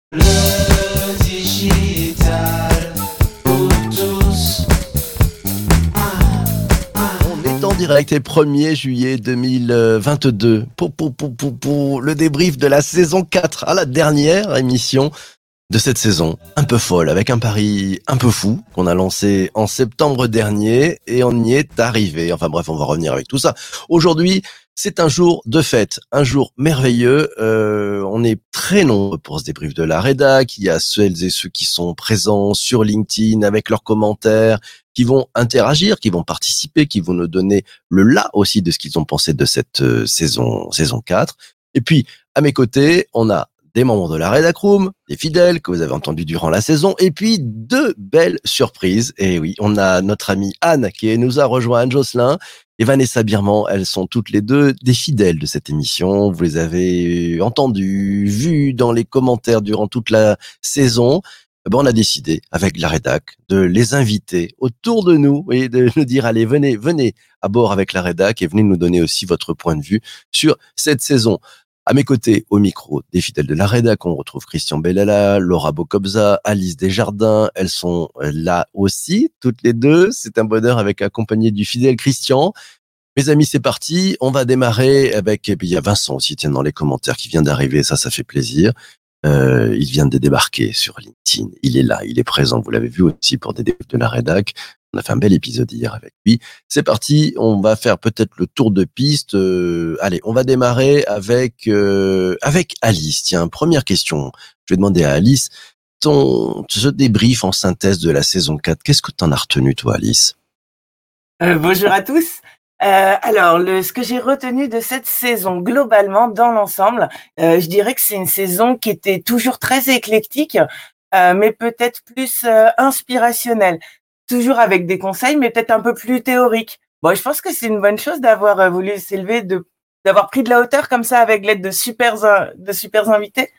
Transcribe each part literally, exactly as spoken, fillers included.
Le digital pour tous. On est en direct et premier juillet deux mille vingt-deux pour, pour, pour, pour, pour le débrief de la saison quatre, à la dernière émission de cette saison, un peu folle, avec un pari un peu fou qu'on a lancé en septembre dernier et on y est arrivé. Enfin bref, on va revenir avec tout ça. Aujourd'hui, c'est un jour de fête, un jour merveilleux. Euh, on est très nombreux pour ce débrief de la rédac. Il y a celles et ceux qui sont présents sur LinkedIn avec leurs commentaires, qui vont interagir, qui vont participer, qui vont nous donner le là aussi de ce qu'ils ont pensé de cette euh, saison, saison quatre. Et puis, à mes côtés, on a des membres de la Rédac Room, des fidèles que vous avez entendus durant la saison, et puis deux belles surprises. Et oui, on a notre amie Anne qui nous a rejoint, Anne Josselin et Vanessa Birman. Elles sont toutes les deux des fidèles de cette émission. Vous les avez entendues, vues dans les commentaires durant toute la saison. Eh ben, on a décidé, avec la Rédac, de les inviter autour de nous et de nous dire, allez, venez, venez à bord avec la Rédac et venez nous donner aussi votre point de vue sur cette saison. À mes côtés, au micro des fidèles de la Rédac, on retrouve Christian Bellala, Laura Bocobza, Alice Desjardins. Elles sont là aussi, toutes les deux. C'est un bonheur avec accompagné du fidèle Christian. Mes amis, c'est parti. On va démarrer avec, et puis il y a Vincent aussi, tiens, dans les commentaires, qui vient d'arriver. Ça, ça fait plaisir. Euh, il vient de débarquer sur LinkedIn. Il est là, il est présent. Vous l'avez vu aussi pour des débriefs de la Rédac. On a fait un bel épisode hier avec lui. C'est parti, on va faire peut-être le tour de piste. Euh, allez, on va démarrer avec euh, avec Alice. Tiens, première question. Je vais demander à Alice, ton ce débrief en synthèse de la saison quatre, qu'est-ce que t'en as retenu, toi, Alice? Euh, bonjour à tous. Euh, alors, le, ce que j'ai retenu de cette saison, globalement, dans l'ensemble, euh, je dirais que c'est une saison qui était toujours très éclectique, euh, mais peut-être plus euh, inspirationnelle. Toujours avec des conseils, mais peut-être un peu plus théoriques. Bon, je pense que c'est une bonne chose d'avoir euh, voulu s'élever, de d'avoir pris de la hauteur comme ça avec l'aide de super in- de super invités.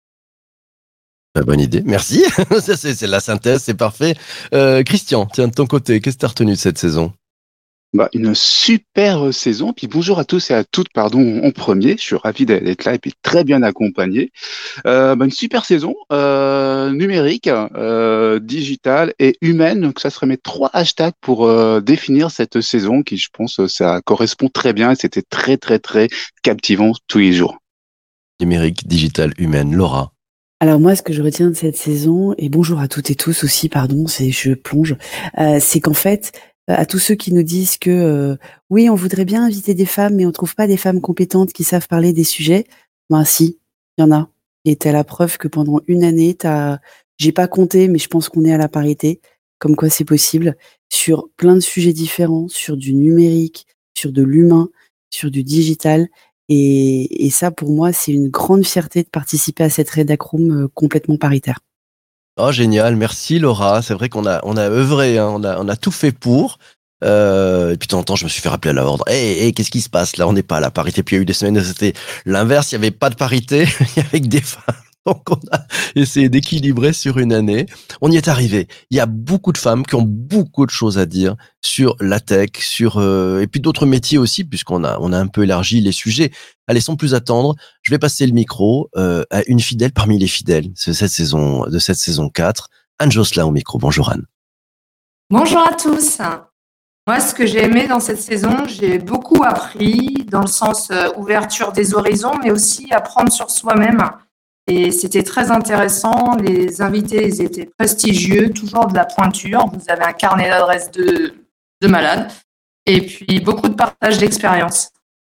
Bah, bonne idée, merci. Ça, c'est, c'est la synthèse, c'est parfait. Euh, Christian, tiens, de ton côté, qu'est-ce que t'as retenu de cette saison? Bah, une super saison. Puis bonjour à tous et à toutes, pardon, en premier. Je suis ravi d'être là et puis très bien accompagné. Euh, bah, une super saison euh, numérique, euh, digitale et humaine. Donc, ça serait mes trois hashtags pour euh, définir cette saison qui, je pense, ça correspond très bien et c'était très, très, très captivant tous les jours. Numérique, digital, humaine. Laura. Alors moi, ce que je retiens de cette saison, et bonjour à toutes et tous aussi, pardon, c'est je plonge, euh, c'est qu'en fait, euh, à tous ceux qui nous disent que euh, oui, on voudrait bien inviter des femmes, mais on trouve pas des femmes compétentes qui savent parler des sujets, ben si, il y en a. Et t'as la preuve que pendant une année, t'as, j'ai pas compté, mais je pense qu'on est à la parité, comme quoi c'est possible, sur plein de sujets différents, sur du numérique, sur de l'humain, sur du digital. Et, et ça, pour moi, c'est une grande fierté de participer à cette Rédac Room euh, complètement paritaire. Oh, génial, merci Laura. C'est vrai qu'on a, on a œuvré, hein, on a, on a tout fait pour. Euh, et puis de temps en temps, je me suis fait rappeler à l'ordre. Hé, hey, qu'est-ce qui se passe là? On n'est pas à la parité. Puis il y a eu des semaines où c'était l'inverse. Il n'y avait pas de parité. Il y avait que des femmes. Donc on a essayé d'équilibrer sur une année. On y est arrivé. Il y a beaucoup de femmes qui ont beaucoup de choses à dire sur la tech, sur euh, et puis d'autres métiers aussi, puisqu'on a on a un peu élargi les sujets. Allez, sans plus attendre, je vais passer le micro euh, à une fidèle parmi les fidèles de cette saison de cette saison quatre, Anne Josselin au micro. Bonjour Anne. Bonjour à tous. Moi, ce que j'ai aimé dans cette saison, j'ai beaucoup appris dans le sens euh, ouverture des horizons, mais aussi apprendre sur soi-même. Et c'était très intéressant. Les invités, ils étaient prestigieux, toujours de la pointure. Vous avez un carnet d'adresses de, de malade. Et puis, beaucoup de partage d'expérience.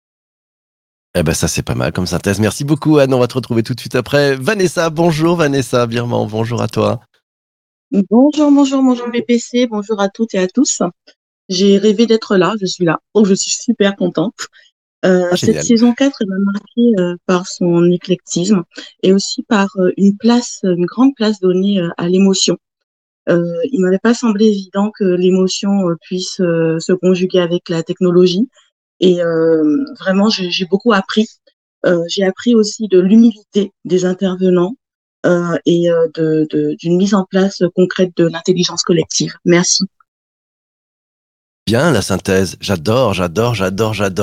Eh ben ça c'est pas mal comme synthèse. Merci beaucoup Anne. On va te retrouver tout de suite après. Vanessa, bonjour Vanessa Birman, bonjour à toi. Bonjour, bonjour, bonjour B P C, bonjour à toutes et à tous. J'ai rêvé d'être là, je suis là, donc je suis super contente. Euh, Ah, cette génial. saison quatre elle m'a marquée euh, par son éclectisme et aussi par euh, une place, une grande place donnée euh, à l'émotion. Euh, il m'avait pas semblé évident que l'émotion euh, puisse euh, se conjuguer avec la technologie et euh, vraiment j'ai j'ai beaucoup appris. Euh, j'ai appris aussi de l'humilité des intervenants euh, et euh, de, de, d'une mise en place concrète de l'intelligence collective. Merci. Bien la synthèse. J'adore, j'adore, j'adore, j'adore.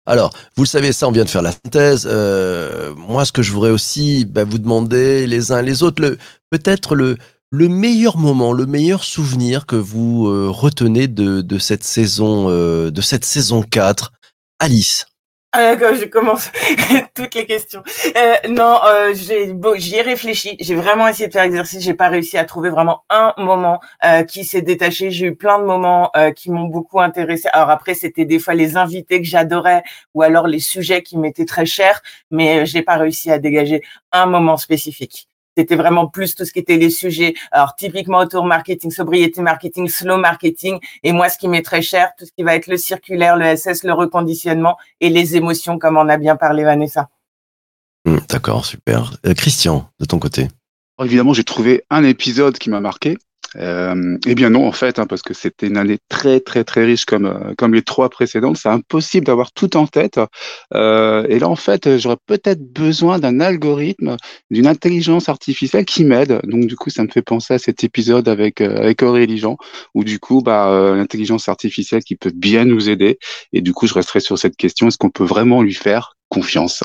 Alors, vous le savez, ça, on vient de faire la synthèse. Euh, moi, ce que je voudrais aussi bah, vous demander les uns les autres, le, peut-être le, le meilleur moment, le meilleur souvenir que vous euh, retenez de, de cette saison, euh, de cette saison quatre. Alice. Ah, d'accord, je commence toutes les questions. Euh, non, euh, j'ai, bon, j'y ai réfléchi. J'ai vraiment essayé de faire exercice. J'ai pas réussi à trouver vraiment un moment euh, qui s'est détaché. J'ai eu plein de moments euh, qui m'ont beaucoup intéressé. Alors après, c'était des fois les invités que j'adorais ou alors les sujets qui m'étaient très chers, mais euh, j'ai pas réussi à dégager un moment spécifique. C'était vraiment plus tout ce qui était les sujets. Alors, typiquement autour marketing, sobriété marketing, slow marketing. Et moi, ce qui m'est très cher, tout ce qui va être le circulaire, le S S, le reconditionnement et les émotions, comme on a bien parlé, Vanessa. Mmh, d'accord, super. Euh, Christian, de ton côté. Alors, évidemment, j'ai trouvé un épisode qui m'a marqué. Euh, eh bien non, en fait, hein, parce que c'était une année très très très riche comme euh, comme les trois précédentes. C'est impossible d'avoir tout en tête. Euh, et là, en fait, j'aurais peut-être besoin d'un algorithme, d'une intelligence artificielle qui m'aide. Donc du coup, ça me fait penser à cet épisode avec euh, avec Aurélie Jean, où du coup, bah euh, l'intelligence artificielle qui peut bien nous aider. Et du coup, je resterai sur cette question: est-ce qu'on peut vraiment lui faire confiance?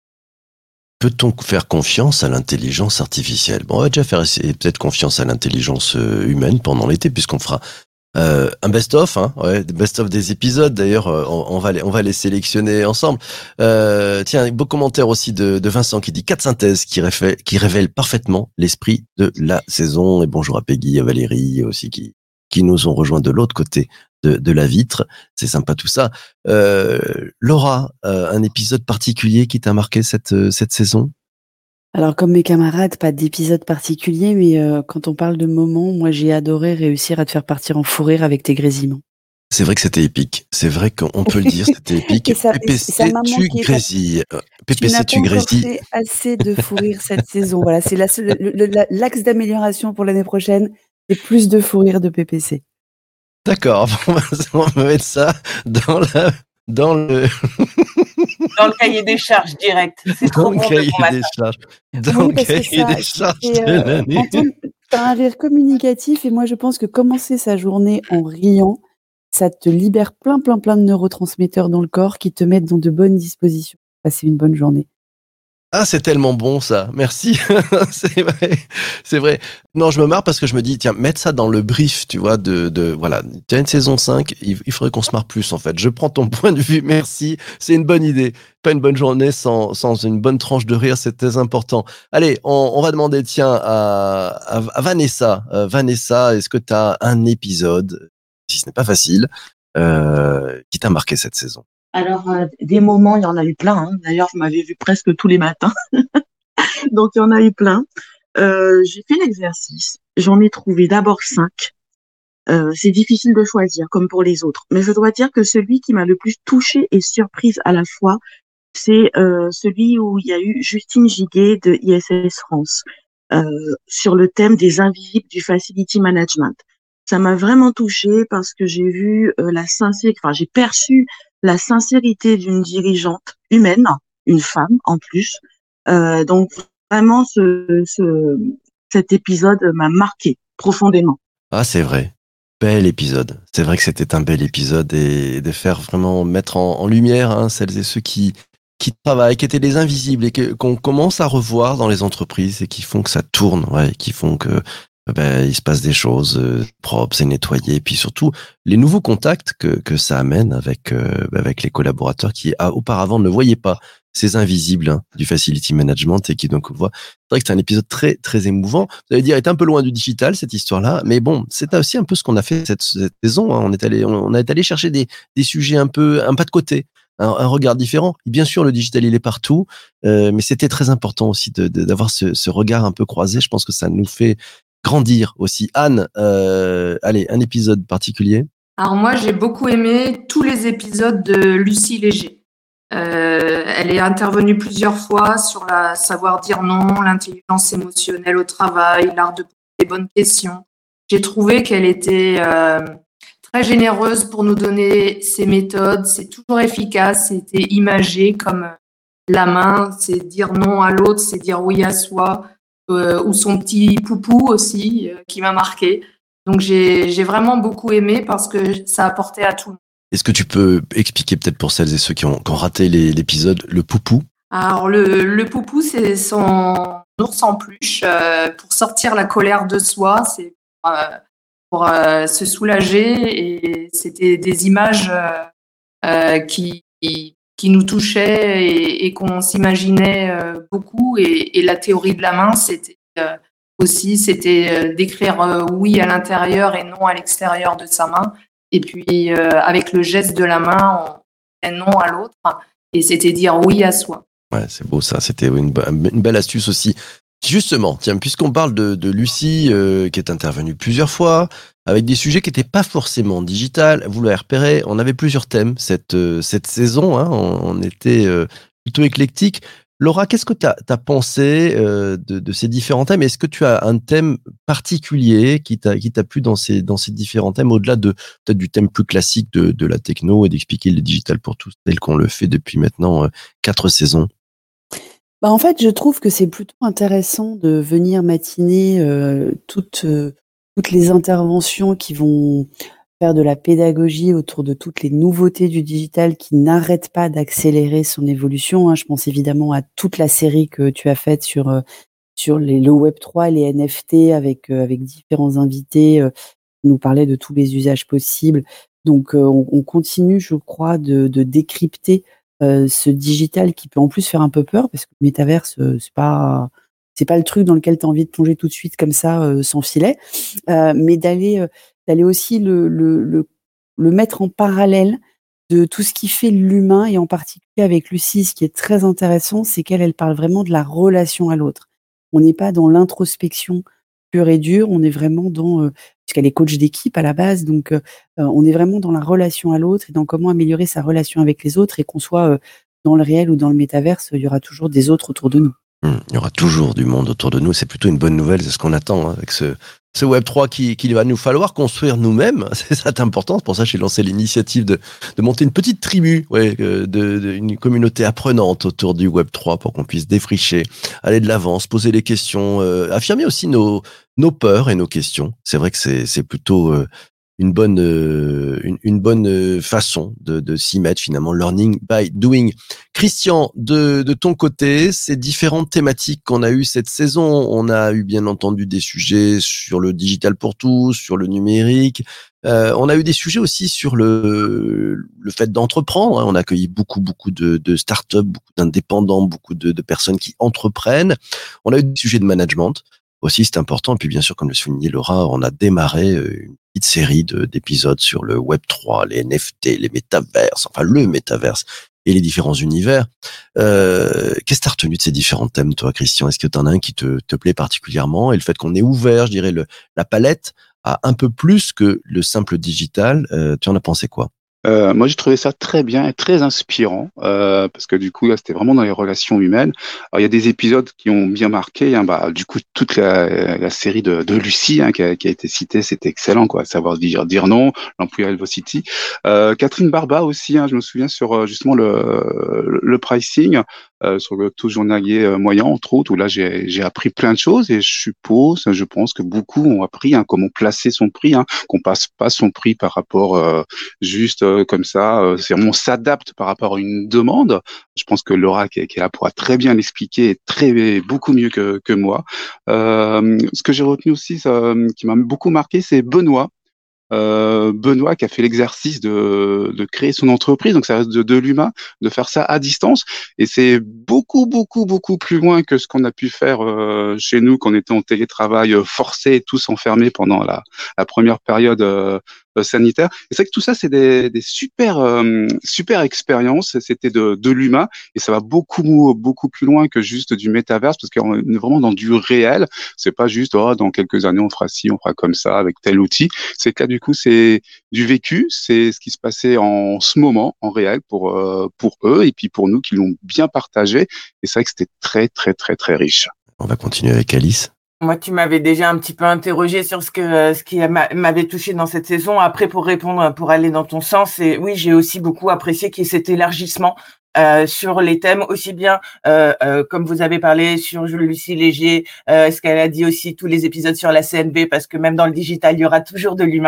Peut-on faire confiance à l'intelligence artificielle? Bon, on va déjà faire essayer peut-être confiance à l'intelligence euh, humaine pendant l'été, puisqu'on fera euh, un best-of, hein, ouais, best-of des épisodes. D'ailleurs, euh, on, on va les, on va les sélectionner ensemble. Euh, tiens, beau commentaire aussi de, de Vincent qui dit quatre synthèses qui révèlent, qui révèlent parfaitement l'esprit de la saison. Et bonjour à Peggy, à Valérie aussi qui qui nous ont rejoints de l'autre côté de, de la vitre. C'est sympa tout ça. Euh, Laura, euh, un épisode particulier qui t'a marqué cette cette saison? Alors, comme mes camarades, pas d'épisode particulier, mais euh, quand on parle de moments, moi, j'ai adoré réussir à te faire partir en fou rire avec tes grésillements. C'est vrai que c'était épique. C'est vrai qu'on peut le dire, c'était épique. Et ça, et ça P P C, m'a tu manqué. grésilles. Euh, Tu n'as P P C, pas tu encore grésilles. fait assez de fou rire cette saison. Voilà, c'est la seule- le- le- la- l'axe d'amélioration pour l'année prochaine. C'est plus de fou rire de P P C. D'accord, on va on va mettre ça dans la, dans le, Dans le cahier des charges direct. C'est dans trop le bon de cahier bon matin. des charges. Dans Oui, le parce que cahier ça, des charges c'est, de euh, l'année. entendre- t'as un rire communicatif et moi je pense que commencer sa journée en riant, ça te libère plein, plein, plein de neurotransmetteurs dans le corps qui te mettent dans de bonnes dispositions. Passer une bonne journée. Ah, c'est tellement bon ça. Merci. C'est vrai. C'est vrai. Non, je me marre parce que je me dis, tiens, mettre ça dans le brief, tu vois, de, de voilà, tu as une saison cinq, il, il faudrait qu'on se marre plus en fait. Je prends ton point de vue, merci. C'est une bonne idée. Pas une bonne journée sans, sans une bonne tranche de rire, c'est très important. Allez, on, on va demander, tiens, à, à, à Vanessa. Euh, Vanessa, est-ce que tu as un épisode, si ce n'est pas facile, euh, qui t'a marqué cette saison? Alors, euh, des moments, il y en a eu plein, hein. D'ailleurs, vous m'avez vu presque tous les matins. Donc, il y en a eu plein. Euh, j'ai fait l'exercice. J'en ai trouvé d'abord cinq. Euh, c'est difficile de choisir, comme pour les autres. Mais je dois dire que celui qui m'a le plus touchée et surprise à la fois, c'est euh, celui où il y a eu Justine Giguet de I S S France euh, sur le thème des invisibles du facility management. Ça m'a vraiment touchée parce que j'ai vu euh, la sincérité, enfin j'ai perçu la sincérité d'une dirigeante humaine, une femme en plus. Euh, donc vraiment, ce, ce, cet épisode m'a marqué profondément. Ah, c'est vrai. Bel épisode. C'est vrai que c'était un bel épisode et de faire vraiment mettre en, en lumière hein, celles et ceux qui qui travaillent, qui étaient les invisibles et que, qu'on commence à revoir dans les entreprises et qui font que ça tourne, ouais, qui font que ben, il se passe des choses euh, propres, c'est nettoyé, et puis surtout les nouveaux contacts que que ça amène avec euh, avec les collaborateurs qui ah, auparavant ne voyaient pas ces invisibles hein, du facility management et qui donc voient. C'est vrai que c'est un épisode très très émouvant. Vous allez dire, il est un peu loin du digital cette histoire-là, mais bon, c'est aussi un peu ce qu'on a fait cette, cette saison. Hein. On est allé on est allé chercher des des sujets un peu un pas de côté. Un, un regard différent. Et bien sûr, le digital, il est partout, euh, mais c'était très important aussi de, de, d'avoir ce, ce regard un peu croisé. Je pense que ça nous fait grandir aussi. Anne, euh, allez, un épisode particulier. Alors moi, j'ai beaucoup aimé tous les épisodes de Lucie Léger. Euh, elle est intervenue plusieurs fois sur la savoir dire non, l'intelligence émotionnelle au travail, l'art de poser les bonnes questions. J'ai trouvé qu'elle était euh, très généreuse pour nous donner ses méthodes. C'est toujours efficace, c'était imagé comme la main, c'est dire non à l'autre, c'est dire oui à soi, euh, ou son petit poupou aussi, euh, qui m'a marqué. Donc j'ai, j'ai vraiment beaucoup aimé parce que ça apportait à tout le monde. Est-ce que tu peux expliquer peut-être pour celles et ceux qui ont, qui ont raté les, l'épisode, le poupou? Alors, le, le poupou, c'est son ours en peluche euh, pour sortir la colère de soi, c'est pour, euh, pour euh, se soulager. Et c'était des images euh, euh, qui, qui, qui nous touchaient et, et qu'on s'imaginait euh, beaucoup. Et, et la théorie de la main, c'était euh, aussi c'était euh, d'écrire euh, oui à l'intérieur et non à l'extérieur de sa main. Et puis, euh, avec le geste de la main, on disait non à l'autre. Et c'était dire oui à soi. Ouais, c'est beau ça, c'était une, une belle astuce aussi. Justement, tiens, puisqu'on parle de, de Lucie, euh, qui est intervenue plusieurs fois, avec des sujets qui n'étaient pas forcément digital, vous l'avez repéré, on avait plusieurs thèmes cette, euh, cette saison, hein, on, on était euh, plutôt éclectique. Laura, qu'est-ce que tu as pensé euh, de, de ces différents thèmes? Est-ce que tu as un thème particulier qui t'a qui t'a plu dans ces, dans ces différents thèmes, au-delà de peut-être du thème plus classique de, de la techno et d'expliquer le digital pour tous, tel qu'on le fait depuis maintenant euh, quatre saisons? Bah, en fait, je trouve que c'est plutôt intéressant de venir matiner euh, toutes, euh, toutes les interventions qui vont faire de la pédagogie autour de toutes les nouveautés du digital qui n'arrêtent pas d'accélérer son évolution, hein. Je pense évidemment à toute la série que tu as faite sur, euh, sur les, le web trois, les N F T, avec, euh, avec différents invités euh, qui nous parlaient de tous les usages possibles. Donc, euh, on, on continue, je crois, de, de décrypter euh, ce digital qui peut en plus faire un peu peur, parce que le métaverse, euh, c'est pas c'est pas le truc dans lequel tu as envie de plonger tout de suite comme ça, euh, sans filet, euh, mais d'aller euh, d'aller aussi le, le, le, le mettre en parallèle de tout ce qui fait l'humain, et en particulier avec Lucie, ce qui est très intéressant, c'est qu'elle elle parle vraiment de la relation à l'autre. On n'est pas dans l'introspection pure et dure, on est vraiment dans, euh, puisqu'elle est coach d'équipe à la base, donc euh, on est vraiment dans la relation à l'autre et dans comment améliorer sa relation avec les autres, et qu'on soit euh, dans le réel ou dans le métaverse, il y aura toujours des autres autour de nous. Hum, il y aura toujours du monde autour de nous, c'est plutôt une bonne nouvelle, c'est ce qu'on attend hein, avec ce, ce web trois qui, qu'il va nous falloir construire nous-mêmes, c'est ça important, c'est pour ça que j'ai lancé l'initiative de, de monter une petite tribu, ouais, de, de, une communauté apprenante autour du web trois pour qu'on puisse défricher, aller de l'avant, se poser les questions, euh, affirmer aussi nos, nos peurs et nos questions. C'est vrai que c'est, c'est plutôt euh, une bonne, euh, une, une bonne façon de, de s'y mettre finalement, learning by doing. Christian, de, de ton côté, ces différentes thématiques qu'on a eues cette saison, on a eu bien entendu des sujets sur le digital pour tous, sur le numérique, euh, on a eu des sujets aussi sur le, le fait d'entreprendre, hein. On a accueilli beaucoup, beaucoup de, de startups, beaucoup d'indépendants, beaucoup de, de personnes qui entreprennent. On a eu des sujets de management aussi, c'est important. Et puis bien sûr, comme le soulignait Laura, on a démarré une petite série de, d'épisodes sur le web trois, les N F T, les métaverses, enfin le métaverse et les différents univers. Euh, qu'est-ce que tu as retenu de ces différents thèmes, toi, Christian? Est-ce que tu en as un qui te, te plaît particulièrement? Et le fait qu'on ait ouvert, je dirais, le, la palette à un peu plus que le simple digital, euh, tu en as pensé quoi? Euh, moi, j'ai trouvé ça très bien et très inspirant, euh, parce que du coup, là, c'était vraiment dans les relations humaines. Alors, il y a des épisodes qui ont bien marqué, hein, bah, du coup, toute la, la série de, de Lucie, hein, qui, a, qui a été citée, c'était excellent, quoi. Savoir dire, dire non, l'employeur Velocity. Euh, Catherine Barba aussi, hein, je me souviens sur justement le, le pricing, euh, sur le taux journalier moyen, entre autres, où là, j'ai, j'ai appris plein de choses, et je suppose, je pense que beaucoup ont appris, hein, comment placer son prix, hein, qu'on passe pas son prix par rapport euh, juste euh, comme ça, euh, c'est on s'adapte par rapport à une demande. Je pense que Laura qui est, qui est là pourra très bien l'expliquer, et très beaucoup mieux que que moi. Euh, ce que j'ai retenu aussi, ça, qui m'a beaucoup marqué, c'est Benoît. Euh, Benoît qui a fait l'exercice de, de créer son entreprise, donc ça reste de, de l'humain, de faire ça à distance, et c'est beaucoup beaucoup beaucoup plus loin que ce qu'on a pu faire euh, chez nous, quand on était en télétravail euh, forcé, tous enfermés pendant la, la première période euh, euh, sanitaire. Et c'est vrai que tout ça, c'est des, des super euh, super expériences, c'était de, de l'humain, et ça va beaucoup beaucoup plus loin que juste du métaverse, parce qu'on est vraiment dans du réel. C'est pas juste oh, dans quelques années on fera ci, on fera comme ça avec tel outil. C'est que là, du coup, c'est du vécu, c'est ce qui se passait en ce moment, en réel, pour euh, pour eux, et puis pour nous qui l'ont bien partagé. Et c'est vrai que c'était très, très, très, très riche. On va continuer avec Alice. Moi, tu m'avais déjà un petit peu interrogé sur ce que ce qui m'avait touché dans cette saison. Après, pour répondre, pour aller dans ton sens, et oui, j'ai aussi beaucoup apprécié qu'il y ait cet élargissement Euh, sur les thèmes, aussi bien euh, euh, comme vous avez parlé sur Lucie Léger, euh, ce qu'elle a dit aussi, tous les épisodes sur la C N V, parce que même dans le digital, il y aura toujours de l'humain.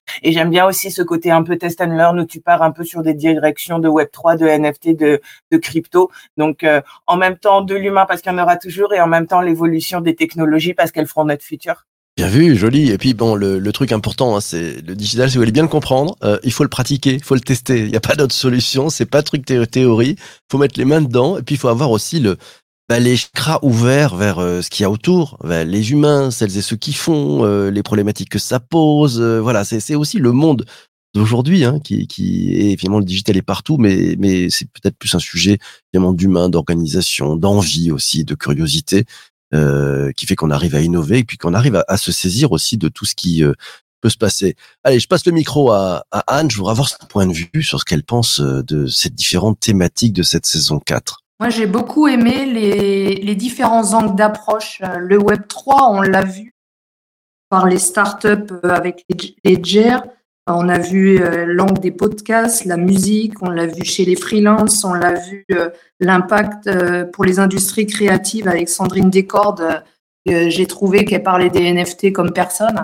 Et j'aime bien aussi ce côté un peu test and learn où tu pars un peu sur des directions de web trois, de N F T, de, de crypto. Donc, euh, en même temps, de l'humain parce qu'il y en aura toujours et en même temps, l'évolution des technologies parce qu'elles feront notre futur. Bien vu, joli. Et puis bon, le, le truc important, hein, c'est le digital, si vous voulez bien le comprendre, euh, il faut le pratiquer, il faut le tester. Il n'y a pas d'autre solution, c'est pas truc thé- théorie. Il faut mettre les mains dedans et puis il faut avoir aussi le bah, les chakras ouverts vers euh, ce qu'il y a autour, vers les humains, celles et ceux qui font, euh, les problématiques que ça pose. Euh, voilà, c'est c'est aussi le monde d'aujourd'hui hein, qui qui est évidemment le digital est partout, mais mais c'est peut-être plus un sujet évidemment d'humain, d'organisation, d'envie aussi, de curiosité. Euh, qui fait qu'on arrive à innover et puis qu'on arrive à, à se saisir aussi de tout ce qui euh, peut se passer. Allez, je passe le micro à, à Anne. Je voudrais avoir son point de vue sur ce qu'elle pense euh, de ces différentes thématiques de cette saison quatre. Moi, j'ai beaucoup aimé les, les différents angles d'approche. Euh, Le Web trois, on l'a vu par les startups euh, avec les, les J E R. On a vu euh, l'angle des podcasts, la musique, on l'a vu chez les freelances, on l'a vu euh, l'impact euh, pour les industries créatives avec Sandrine Descordes. Euh, j'ai trouvé qu'elle parlait des N F T comme personne.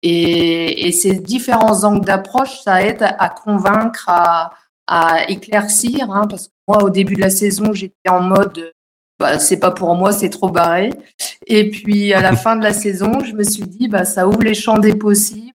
Et, et ces différents angles d'approche, ça aide à convaincre, à, à éclaircir. Hein, parce que moi, au début de la saison, j'étais en mode bah, c'est pas pour moi, c'est trop barré. Et puis à la fin de la saison, je me suis dit bah, ça ouvre les champs des possibles.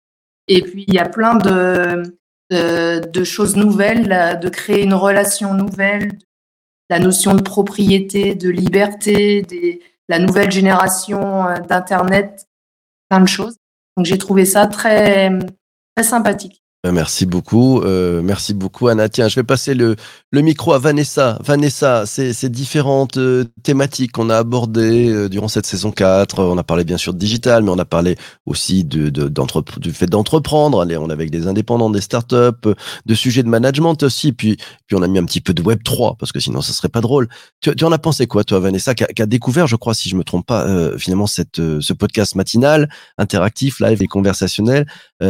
Et puis, il y a plein de, de, de choses nouvelles, de créer une relation nouvelle, la notion de propriété, de liberté, des, la nouvelle génération d'Internet, plein de choses. Donc, j'ai trouvé ça très, très sympathique. Merci beaucoup, euh, merci beaucoup Anna. Tiens, je vais passer le, le micro à Vanessa. Vanessa, ces, ces différentes euh, thématiques qu'on a abordées euh, durant cette saison quatre, on a parlé bien sûr de digital, mais on a parlé aussi de, de, d'entre, du fait d'entreprendre. Allez, on est avec des indépendants, des startups, de sujets de management aussi, puis, puis on a mis un petit peu de web trois, parce que sinon ça serait pas drôle. Tu, tu en as pensé quoi, toi, Vanessa, qui a, qui a découvert, je crois, si je me trompe pas, euh, finalement, cette, euh, ce podcast matinal, interactif, live et conversationnel,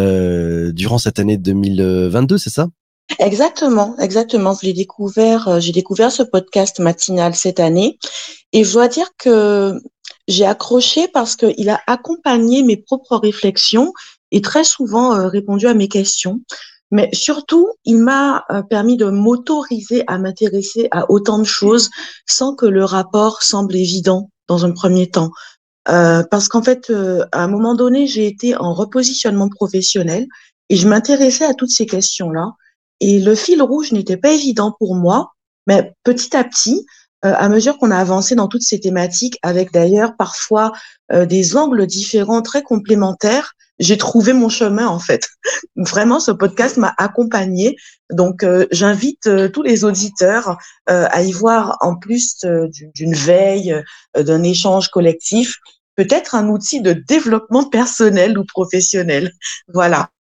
euh, durant cette année deux mille vingt-deux, c'est ça? Exactement, exactement. Je l'ai découvert, euh, j'ai découvert ce podcast matinal cette année et je dois dire que j'ai accroché parce qu'il a accompagné mes propres réflexions et très souvent euh, répondu à mes questions. Mais surtout, il m'a euh, permis de m'autoriser à m'intéresser à autant de choses sans que le rapport semble évident dans un premier temps. Euh, parce qu'en fait, euh, à un moment donné, j'ai été en repositionnement professionnel et je m'intéressais à toutes ces questions-là. Et le fil rouge n'était pas évident pour moi, mais petit à petit, euh, à mesure qu'on a avancé dans toutes ces thématiques, avec d'ailleurs parfois euh, des angles différents, très complémentaires, j'ai trouvé mon chemin en fait. Vraiment, ce podcast m'a accompagnée. Donc, euh, j'invite euh, tous les auditeurs euh, à y voir, en plus euh, d'une veille, euh, d'un échange collectif, peut-être un outil de développement personnel ou professionnel. Voilà.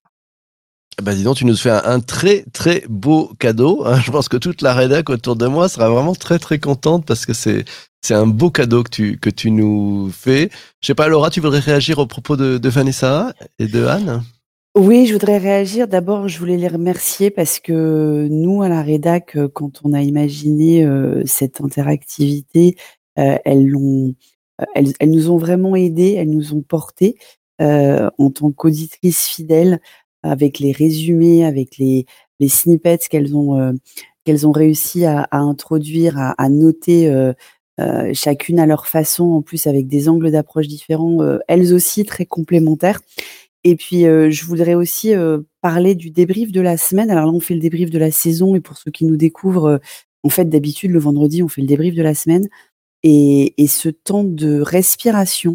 Bah dis donc, tu nous fais un, un très très beau cadeau. Hein. Je pense que toute la rédac autour de moi sera vraiment très très contente parce que c'est c'est un beau cadeau que tu que tu nous fais. Je sais pas, Laura, tu voudrais réagir au propos de, de Vanessa et de Anne? Oui, je voudrais réagir. D'abord, je voulais les remercier parce que nous, à la rédac, euh, quand on a imaginé euh, cette interactivité, euh, elles, l'ont, euh, elles, elles nous ont vraiment aidés, elles nous ont portés euh, en tant qu'auditrices fidèles, avec les résumés, avec les, les snippets qu'elles ont, euh, qu'elles ont réussi à, à introduire, à, à noter euh, euh, chacune à leur façon, en plus avec des angles d'approche différents, euh, elles aussi très complémentaires. Et puis, euh, je voudrais aussi euh, parler du débrief de la semaine. Alors là, on fait le débrief de la saison. Et pour ceux qui nous découvrent, euh, en fait, d'habitude, le vendredi, on fait le débrief de la semaine. Et, et ce temps de respiration,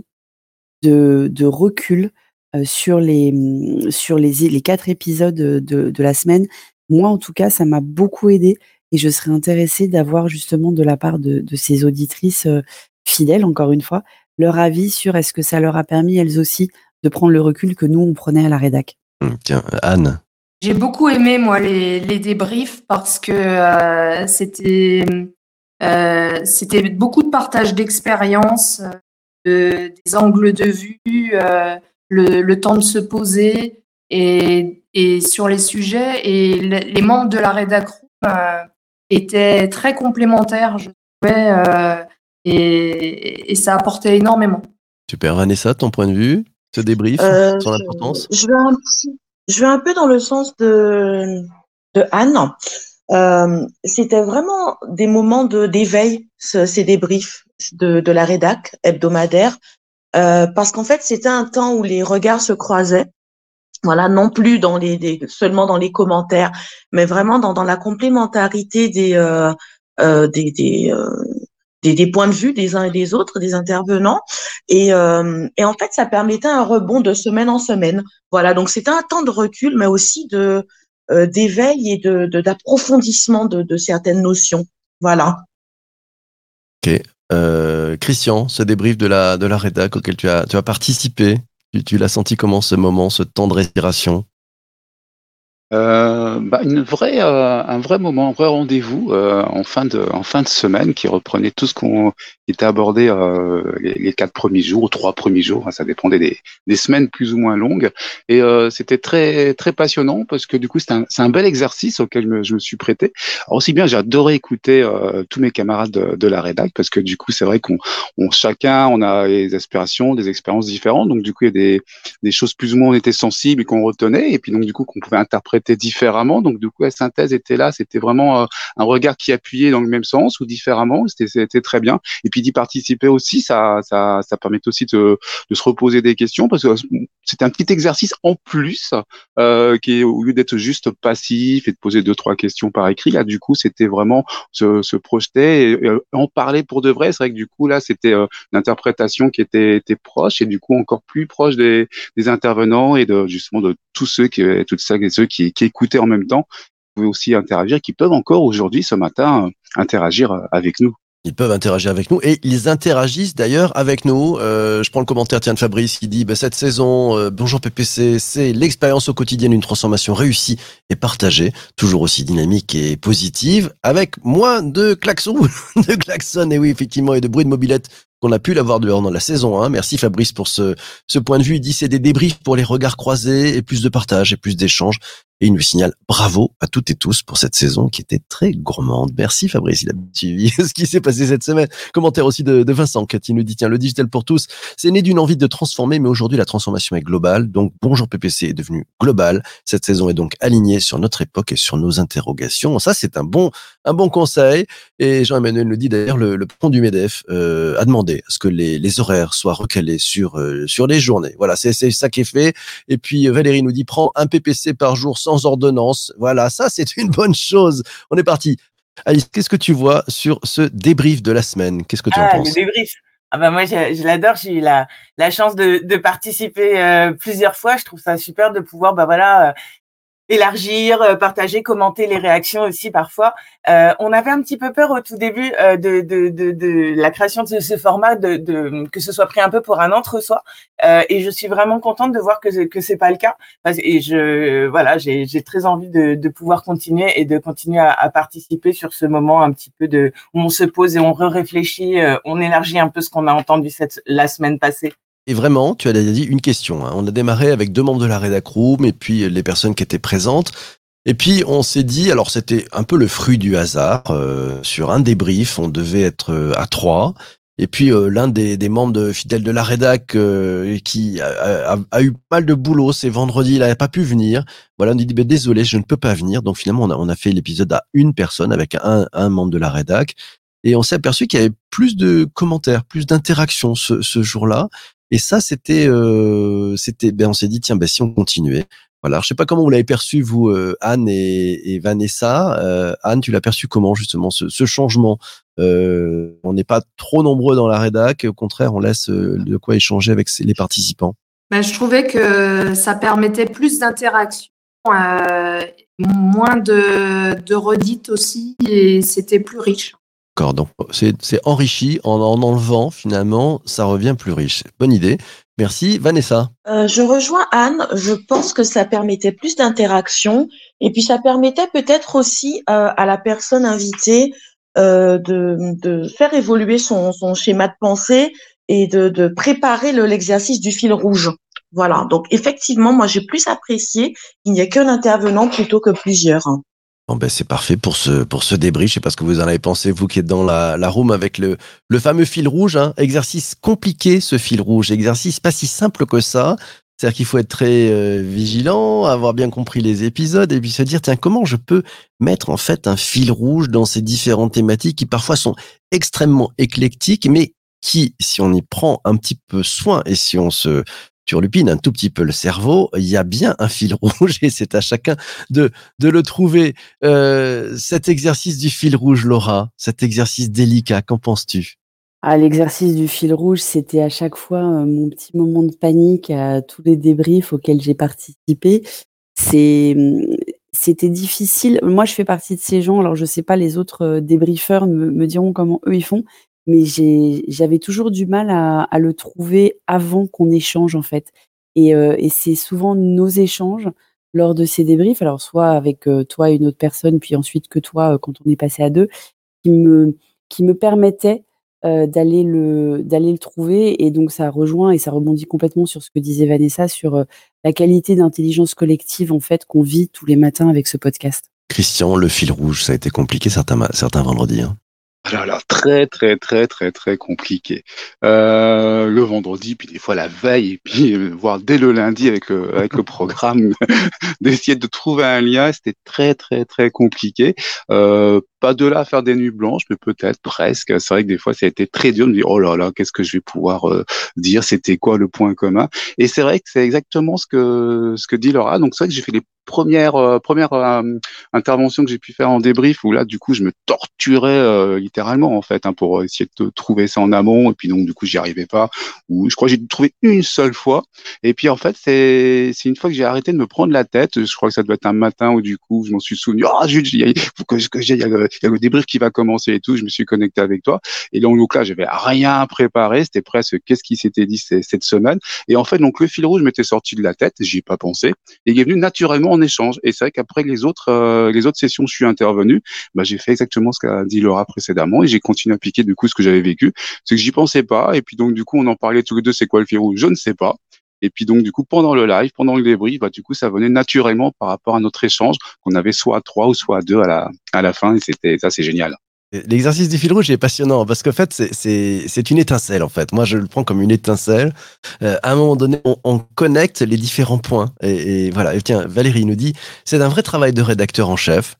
de, de recul euh, sur, les, sur les, les quatre épisodes de, de la semaine, moi, en tout cas, ça m'a beaucoup aidé. Et je serais intéressée d'avoir justement de la part de, de ces auditrices euh, fidèles, encore une fois, leur avis sur est-ce que ça leur a permis, elles aussi, de prendre le recul que nous, on prenait à la rédac. Tiens, Anne. J'ai beaucoup aimé, moi, les, les débriefs parce que euh, c'était, euh, c'était beaucoup de partage d'expériences, de, des angles de vue, euh, le, le temps de se poser et, et sur les sujets. Et le, les membres de la rédac room euh, étaient très complémentaires, je trouvais, euh, et, et ça apportait énormément. Super. Vanessa, ton point de vue? Ce débrief, Euh, son je, importance? je vais un petit, Je vais un peu dans le sens de, de Anne. Euh, c'était vraiment des moments de d'éveil, ce- ces débriefs de, de la rédac hebdomadaire, euh, parce qu'en fait, c'était un temps où les regards se croisaient. Voilà, non plus dans les, des- seulement dans les commentaires, mais vraiment dans, dans la complémentarité des, euh, euh, des, des, euh, des, des points de vue des uns et des autres, des intervenants. Et, euh, et en fait, ça permettait un rebond de semaine en semaine. Voilà, donc c'était un temps de recul, mais aussi de euh, d'éveil et de, de d'approfondissement de, de certaines notions. Voilà. Ok. Euh, Christian, ce débrief de la, de la rédac auquel tu as, tu as participé, tu, tu l'as senti comment ce moment, ce temps de respiration? Euh, bah, une vraie, euh, un vrai moment, un vrai rendez-vous euh, en fin de, en fin de semaine qui reprenait tout ce qu'on qui était abordé euh, les, les quatre premiers jours, trois premiers jours, hein, ça dépendait des, des semaines plus ou moins longues. Et euh, c'était très, très passionnant parce que du coup, c'est un, c'est un bel exercice auquel me- je me suis prêté. Alors, aussi bien, j'ai adoré écouter euh, tous mes camarades de, de la rédac parce que du coup, c'est vrai qu'on, on, chacun, on a des aspirations, des expériences différentes. Donc, du coup, il y a des, des choses plus ou moins on était sensibles et qu'on retenait, et puis donc du coup qu'on pouvait interpréter différemment. Donc du coup la synthèse était là, c'était vraiment euh, un regard qui appuyait dans le même sens ou différemment. C'était, c'était très bien. Et puis d'y participer aussi, ça, ça, ça permet aussi de, de se reposer des questions parce que c'était un petit exercice en plus euh, qui est, au lieu d'être juste passif et de poser deux trois questions par écrit, là du coup c'était vraiment se, se projeter et, et en parler pour de vrai. C'est vrai que du coup là c'était euh, une interprétation qui était, était proche et du coup encore plus proche des des intervenants et de justement de tous ceux qui, toutes celles et ceux qui, qui écoutaient en même temps, pouvaient aussi interagir, qui peuvent encore aujourd'hui, ce matin, euh, interagir euh, avec nous. Ils peuvent interagir avec nous et ils interagissent d'ailleurs avec nous. Euh, je prends le commentaire tiens, de Fabrice qui dit bah, cette saison, euh, bonjour P P C, c'est l'expérience au quotidien d'une transformation réussie et partagée, toujours aussi dynamique et positive, avec moins de klaxons, de klaxons et oui effectivement et de bruit de mobilette qu'on a pu l'avoir dehors dans la saison un. Merci Fabrice pour ce, ce point de vue. Il dit c'est des débriefs pour les regards croisés et plus de partage et plus d'échanges. Et il nous signale bravo à toutes et tous pour cette saison qui était très gourmande. Merci Fabrice, il a suivi ce qui s'est passé cette semaine. Commentaire aussi de, de Vincent qui nous dit tiens, le digital pour tous, c'est né d'une envie de transformer, mais aujourd'hui la transformation est globale. Donc bonjour P P C est devenu global. Cette saison est donc alignée sur notre époque et sur nos interrogations. Ça c'est un bon un bon conseil. Et Jean-Emmanuel nous dit d'ailleurs le, le patron du MEDEF euh, a demandé à ce que les, les horaires soient recalés sur euh, sur les journées. Voilà, c'est c'est ça qui est fait. Et puis Valérie nous dit prends un P P C par jour sans ordonnance. Voilà, ça c'est une bonne chose. On est parti. Alice, qu'est-ce que tu vois sur ce débrief de la semaine? Qu'est-ce que tu en Ah, le penses? débrief. Ah bah moi, je, je l'adore. J'ai eu la, la chance de, de participer euh, plusieurs fois. Je trouve ça super de pouvoir, bah voilà, euh, élargir, euh, partager, commenter les réactions aussi parfois. Euh, on avait un petit peu peur au tout début euh, de, de, de, de la création de ce format, de, de que ce soit pris un peu pour un entre-soi. Euh, et je suis vraiment contente de voir que que c'est pas le cas. Et je voilà, j'ai j'ai très envie de, de pouvoir continuer et de continuer à, à participer sur ce moment un petit peu de où on se pose et on réfléchit, euh, on élargit un peu ce qu'on a entendu cette la semaine passée. Et vraiment, tu as dit une question. Hein. On a démarré avec deux membres de la Redac Room et puis les personnes qui étaient présentes. Et puis on s'est dit, alors c'était un peu le fruit du hasard. Euh, sur un débrief, on devait être euh, à trois. Et puis euh, l'un des, des membres de, fidèles de la Redac euh, qui a, a, a eu pas mal de boulot, c'est vendredi, il n'avait pas pu venir. Voilà, on dit bah, désolé, je ne peux pas venir. Donc finalement, on a, on a fait l'épisode à une personne avec un, un membre de la Redac. Et on s'est aperçu qu'il y avait plus de commentaires, plus d'interactions ce, ce jour-là. Et ça, c'était, euh, c'était, ben, on s'est dit, tiens, ben, si on continuait. Voilà. Je sais pas comment vous l'avez perçu, vous, euh, Anne et, et Vanessa. Euh, Anne, tu l'as perçu comment, justement, ce, ce changement? Euh, on n'est pas trop nombreux dans la rédac. Au contraire, on laisse euh, de quoi échanger avec les participants. Ben, je trouvais que ça permettait plus d'interaction, euh, moins de, de redites aussi, et c'était plus riche. D'accord, donc c'est, c'est enrichi en en enlevant, finalement, ça revient plus riche. Bonne idée. Merci. Vanessa. Euh, je rejoins Anne. Je pense que ça permettait plus d'interaction et puis ça permettait peut-être aussi euh, à la personne invitée euh, de, de faire évoluer son, son schéma de pensée et de, de préparer le, l'exercice du fil rouge. Voilà. Donc effectivement, moi j'ai plus apprécié qu'il n'y ait qu'un intervenant plutôt que plusieurs. Bon ben c'est parfait pour ce pour ce débrief. Je sais pas ce que vous en avez pensé, vous qui êtes dans la, la room avec le, le fameux fil rouge. Hein. Exercice compliqué, ce fil rouge. Exercice pas si simple que ça. C'est-à-dire qu'il faut être très euh, vigilant, avoir bien compris les épisodes et puis se dire, tiens, comment je peux mettre en fait un fil rouge dans ces différentes thématiques qui parfois sont extrêmement éclectiques, mais qui, si on y prend un petit peu soin et si on se turlupine un tout petit peu le cerveau, il y a bien un fil rouge et c'est à chacun de, de le trouver. Euh, cet exercice du fil rouge, Laura, cet exercice délicat, qu'en penses-tu? Ah, l'exercice du fil rouge, c'était à chaque fois euh, mon petit moment de panique à tous les débriefs auxquels j'ai participé. C'est, c'était difficile. Moi, je fais partie de ces gens. Alors, je sais pas, les autres euh, débriefeurs me, me diront comment eux ils font, mais j'ai, j'avais toujours du mal à, à le trouver avant qu'on échange en fait. Et, euh, et c'est souvent nos échanges lors de ces débriefs, alors soit avec euh, toi et une autre personne, puis ensuite que toi euh, quand on est passé à deux, qui me qui me permettaient euh, d'aller le d'aller le trouver. Et donc ça rejoint et ça rebondit complètement sur ce que disait Vanessa sur euh, la qualité d'intelligence collective en fait qu'on vit tous les matins avec ce podcast. Christian, le fil rouge, ça a été compliqué certains, ma- certains vendredis. Hein. Alors là, très très très très très compliqué. Euh, le vendredi, puis des fois la veille, et puis euh, voire dès le lundi avec le, avec le programme, d'essayer de trouver un lien, c'était très très très compliqué. Euh, pas de là à faire des nuits blanches, mais peut-être presque. C'est vrai que des fois ça a été très dur de me dire oh là là, qu'est-ce que je vais pouvoir euh, dire, c'était quoi le point commun. Et c'est vrai que c'est exactement ce que ce que dit Laura. Donc c'est vrai que j'ai fait les premières euh, premières euh, interventions que j'ai pu faire en débrief où là du coup je me torturais euh, littéralement en fait hein, pour essayer de trouver ça en amont et puis donc du coup j'y arrivais pas ou je crois que j'ai trouvé une seule fois et puis en fait c'est c'est une fois que j'ai arrêté de me prendre la tête, je crois que ça doit être un matin où du coup je m'en suis souvenu ah zut il faut que, que j'aille, il y a le, il y a le débrief qui va commencer et tout, je me suis connecté avec toi et donc là j'avais rien préparé, c'était presque qu'est-ce qui s'était dit c- cette semaine et en fait donc le fil rouge m'était sorti de la tête, j'y ai pas pensé et il est venu naturellement en échange. Et c'est vrai qu'après les autres, euh, les autres sessions, je suis intervenu, bah, j'ai fait exactement ce qu'a dit Laura précédemment et j'ai continué à appliquer du coup ce que j'avais vécu. C'est que j'y pensais pas. Et puis donc du coup, on en parlait tous les deux. C'est quoi le fil rouge? Je ne sais pas. Et puis donc du coup, pendant le live, pendant le débrief, bah, du coup, ça venait naturellement par rapport à notre échange qu'on avait soit à trois ou soit à deux à la à la fin. Et c'était ça, c'est génial. L'exercice du fil rouge est passionnant parce qu'en fait, c'est, c'est, c'est une étincelle en fait. Moi, je le prends comme une étincelle. Euh, à un moment donné, on, on connecte les différents points. Et, et voilà. Et tiens, Valérie nous dit, c'est un vrai travail de rédacteur en chef.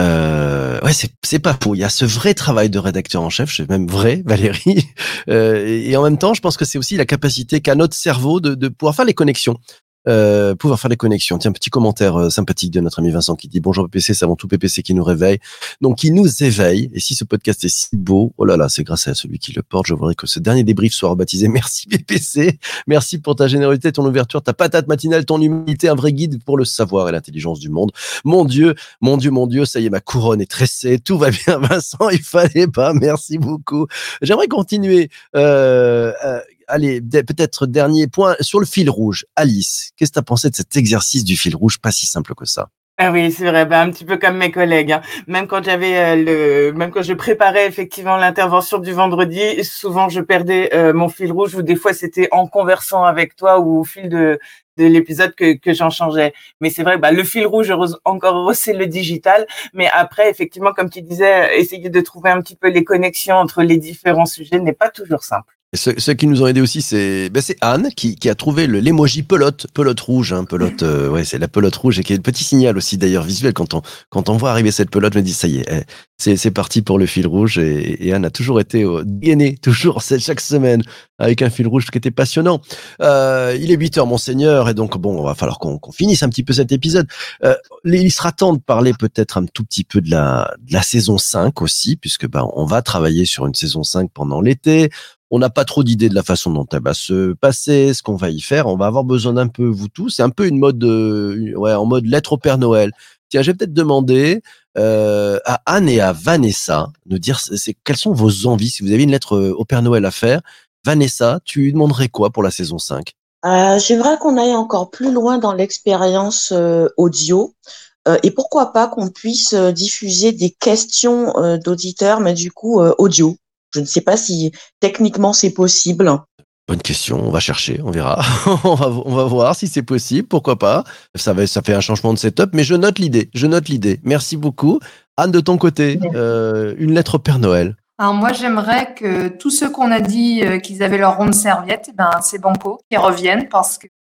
Euh, ouais, c'est, c'est pas faux. Il y a ce vrai travail de rédacteur en chef, c'est même vrai, Valérie. Euh, et, et en même temps, je pense que c'est aussi la capacité qu'a notre cerveau de, de pouvoir faire les connexions. Euh, pouvoir faire des connexions. Tiens, petit commentaire euh, sympathique de notre ami Vincent qui dit bonjour P P C, c'est avant tout P P C qui nous réveille. Donc, qui nous éveille. Et si ce podcast est si beau, oh là là, c'est grâce à celui qui le porte. Je voudrais que ce dernier débrief soit rebaptisé. Merci P P C. Merci pour ta générosité, ton ouverture, ta patate matinale, ton humanité, un vrai guide pour le savoir et l'intelligence du monde. Mon Dieu, mon Dieu, mon Dieu, ça y est, ma couronne est tressée. Tout va bien, Vincent. Il fallait pas. Merci beaucoup. J'aimerais continuer. Euh, euh, Allez, peut-être dernier point sur le fil rouge. Alice, qu'est-ce que tu as pensé de cet exercice du fil rouge? Pas si simple que ça. Ah oui, c'est vrai, ben, un petit peu comme mes collègues. Hein. Même quand j'avais euh, le, même quand je préparais effectivement l'intervention du vendredi, souvent je perdais euh, mon fil rouge ou des fois c'était en conversant avec toi ou au fil de de l'épisode que que j'en changeais. Mais c'est vrai, bah le fil rouge heureuse, encore heureux, c'est le digital. Mais après, effectivement, comme tu disais, essayer de trouver un petit peu les connexions entre les différents sujets n'est pas toujours simple. Ceux, ceux qui nous ont aidés aussi, c'est ben c'est Anne qui, qui a trouvé le l'emoji pelote, pelote rouge, hein, pelote, euh, ouais, c'est la pelote rouge et qui est le petit signal aussi d'ailleurs visuel quand on quand on voit arriver cette pelote, on me dit ça y est, eh, c'est c'est parti pour le fil rouge et, et Anne a toujours été euh, gainée, toujours c'est chaque semaine avec un fil rouge qui était passionnant. Euh, il est huit heures monseigneur et donc bon, on va falloir qu'on qu'on finisse un petit peu cet épisode. Euh, il sera temps de parler peut-être un tout petit peu de la de la saison cinq aussi puisque ben on va travailler sur une saison cinq pendant l'été. On n'a pas trop d'idées de la façon dont elle va se passer, ce qu'on va y faire. On va avoir besoin d'un peu vous tous. C'est un peu une mode, euh, ouais, en mode lettre au Père Noël. Tiens, j'ai peut-être demandé euh, à Anne et à Vanessa de dire c'est, c'est, quelles sont vos envies. Si vous avez une lettre au Père Noël à faire, Vanessa, tu lui demanderais quoi pour la saison cinq? Euh, j'aimerais qu'on aille encore plus loin dans l'expérience euh, audio. Euh, et pourquoi pas qu'on puisse euh, diffuser des questions euh, d'auditeurs, mais du coup euh, audio. Je ne sais pas si techniquement c'est possible. Bonne question, on va chercher, on verra. on, va, on va voir si c'est possible, pourquoi pas. Ça, va, ça fait un changement de setup, mais je note l'idée, je note l'idée. Merci beaucoup. Anne, de ton côté, euh, une lettre au Père Noël. Alors moi, j'aimerais que tous ceux qu'on a dit euh, qu'ils avaient leur ronde serviette, eh ben, c'est banco, qu'ils reviennent parce que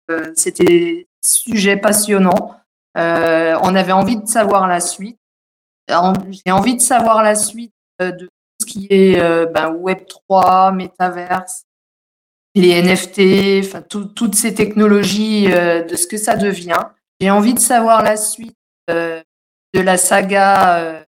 Euh, c'était des sujets passionnants. Euh, on avait envie de savoir la suite. En- J'ai envie de savoir la suite euh, de tout ce qui est euh, ben, Web trois, Metaverse, les N F T, enfin tout- toutes ces technologies, euh, de ce que ça devient. J'ai envie de savoir la suite euh, de la saga, euh,